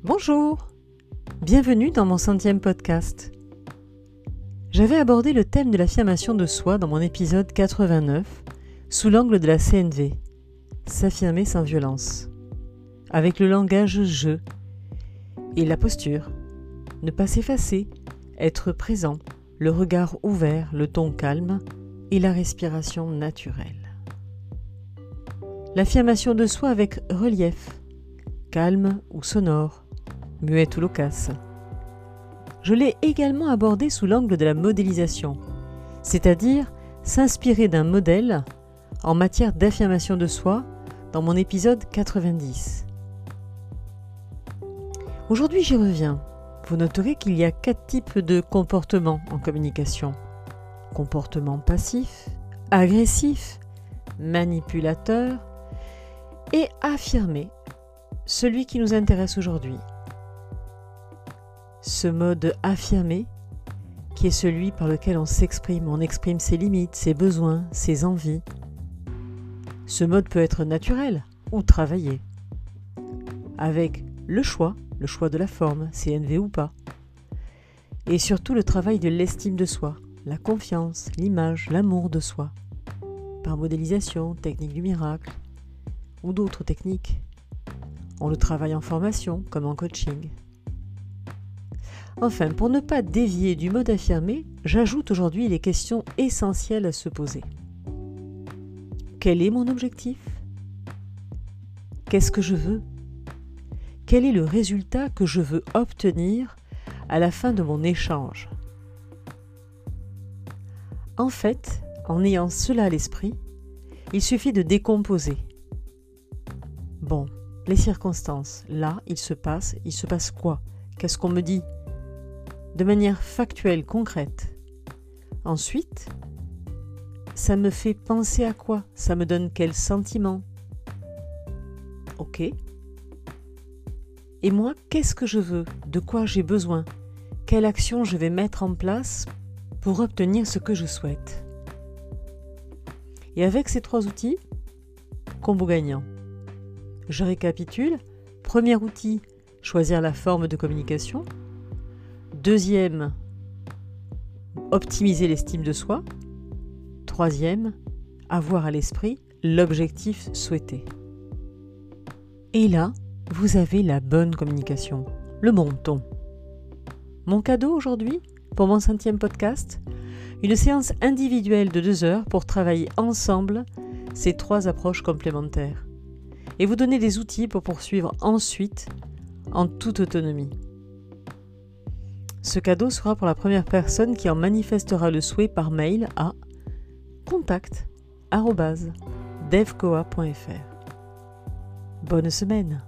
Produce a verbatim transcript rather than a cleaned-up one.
Bonjour, bienvenue dans mon centième podcast. J'avais abordé le thème de l'affirmation de soi dans mon épisode quatre-vingt-neuf sous l'angle de la C N V, s'affirmer sans violence, avec le langage « je » et la posture, ne pas s'effacer, être présent, le regard ouvert, le ton calme et la respiration naturelle. L'affirmation de soi avec relief, calme ou sonore, muette ou loquace. Je l'ai également abordé sous l'angle de la modélisation, c'est-à-dire s'inspirer d'un modèle en matière d'affirmation de soi dans mon épisode quatre-vingt-dix. Aujourd'hui, j'y reviens. Vous noterez qu'il y a quatre types de comportements en communication. Comportement passif, agressif, manipulateur et affirmé, celui qui nous intéresse aujourd'hui. Ce mode affirmé, qui est celui par lequel on s'exprime, on exprime ses limites, ses besoins, ses envies. Ce mode peut être naturel ou travaillé, avec le choix, le choix de la forme, C N V ou pas, et surtout le travail de l'estime de soi, la confiance, l'image, l'amour de soi, par modélisation, technique du miracle, ou d'autres techniques. On le travaille en formation, comme en coaching. Enfin, pour ne pas dévier du mode affirmé, j'ajoute aujourd'hui les questions essentielles à se poser. Quel est mon objectif ? Qu'est-ce que je veux ? Quel est le résultat que je veux obtenir à la fin de mon échange ? En fait, en ayant cela à l'esprit, il suffit de décomposer. Bon, les circonstances, là, il se passe, il se passe quoi ? Qu'est-ce qu'on me dit ? De manière factuelle, concrète. Ensuite, ça me fait penser à quoi ? Ça me donne quel sentiment ? Ok. Et moi, qu'est-ce que je veux ? De quoi j'ai besoin ? Quelle action je vais mettre en place pour obtenir ce que je souhaite ? Et avec ces trois outils, combo gagnant. Je récapitule. Premier outil, choisir la forme de communication. Deuxième, optimiser l'estime de soi. Troisième, avoir à l'esprit l'objectif souhaité. Et là, vous avez la bonne communication, le bon ton. Mon cadeau aujourd'hui, pour mon centième podcast, une séance individuelle de deux heures pour travailler ensemble ces trois approches complémentaires et vous donner des outils pour poursuivre ensuite en toute autonomie. Ce cadeau sera pour la première personne qui en manifestera le souhait par mail à contact arobase devcoa point f r. Bonne semaine!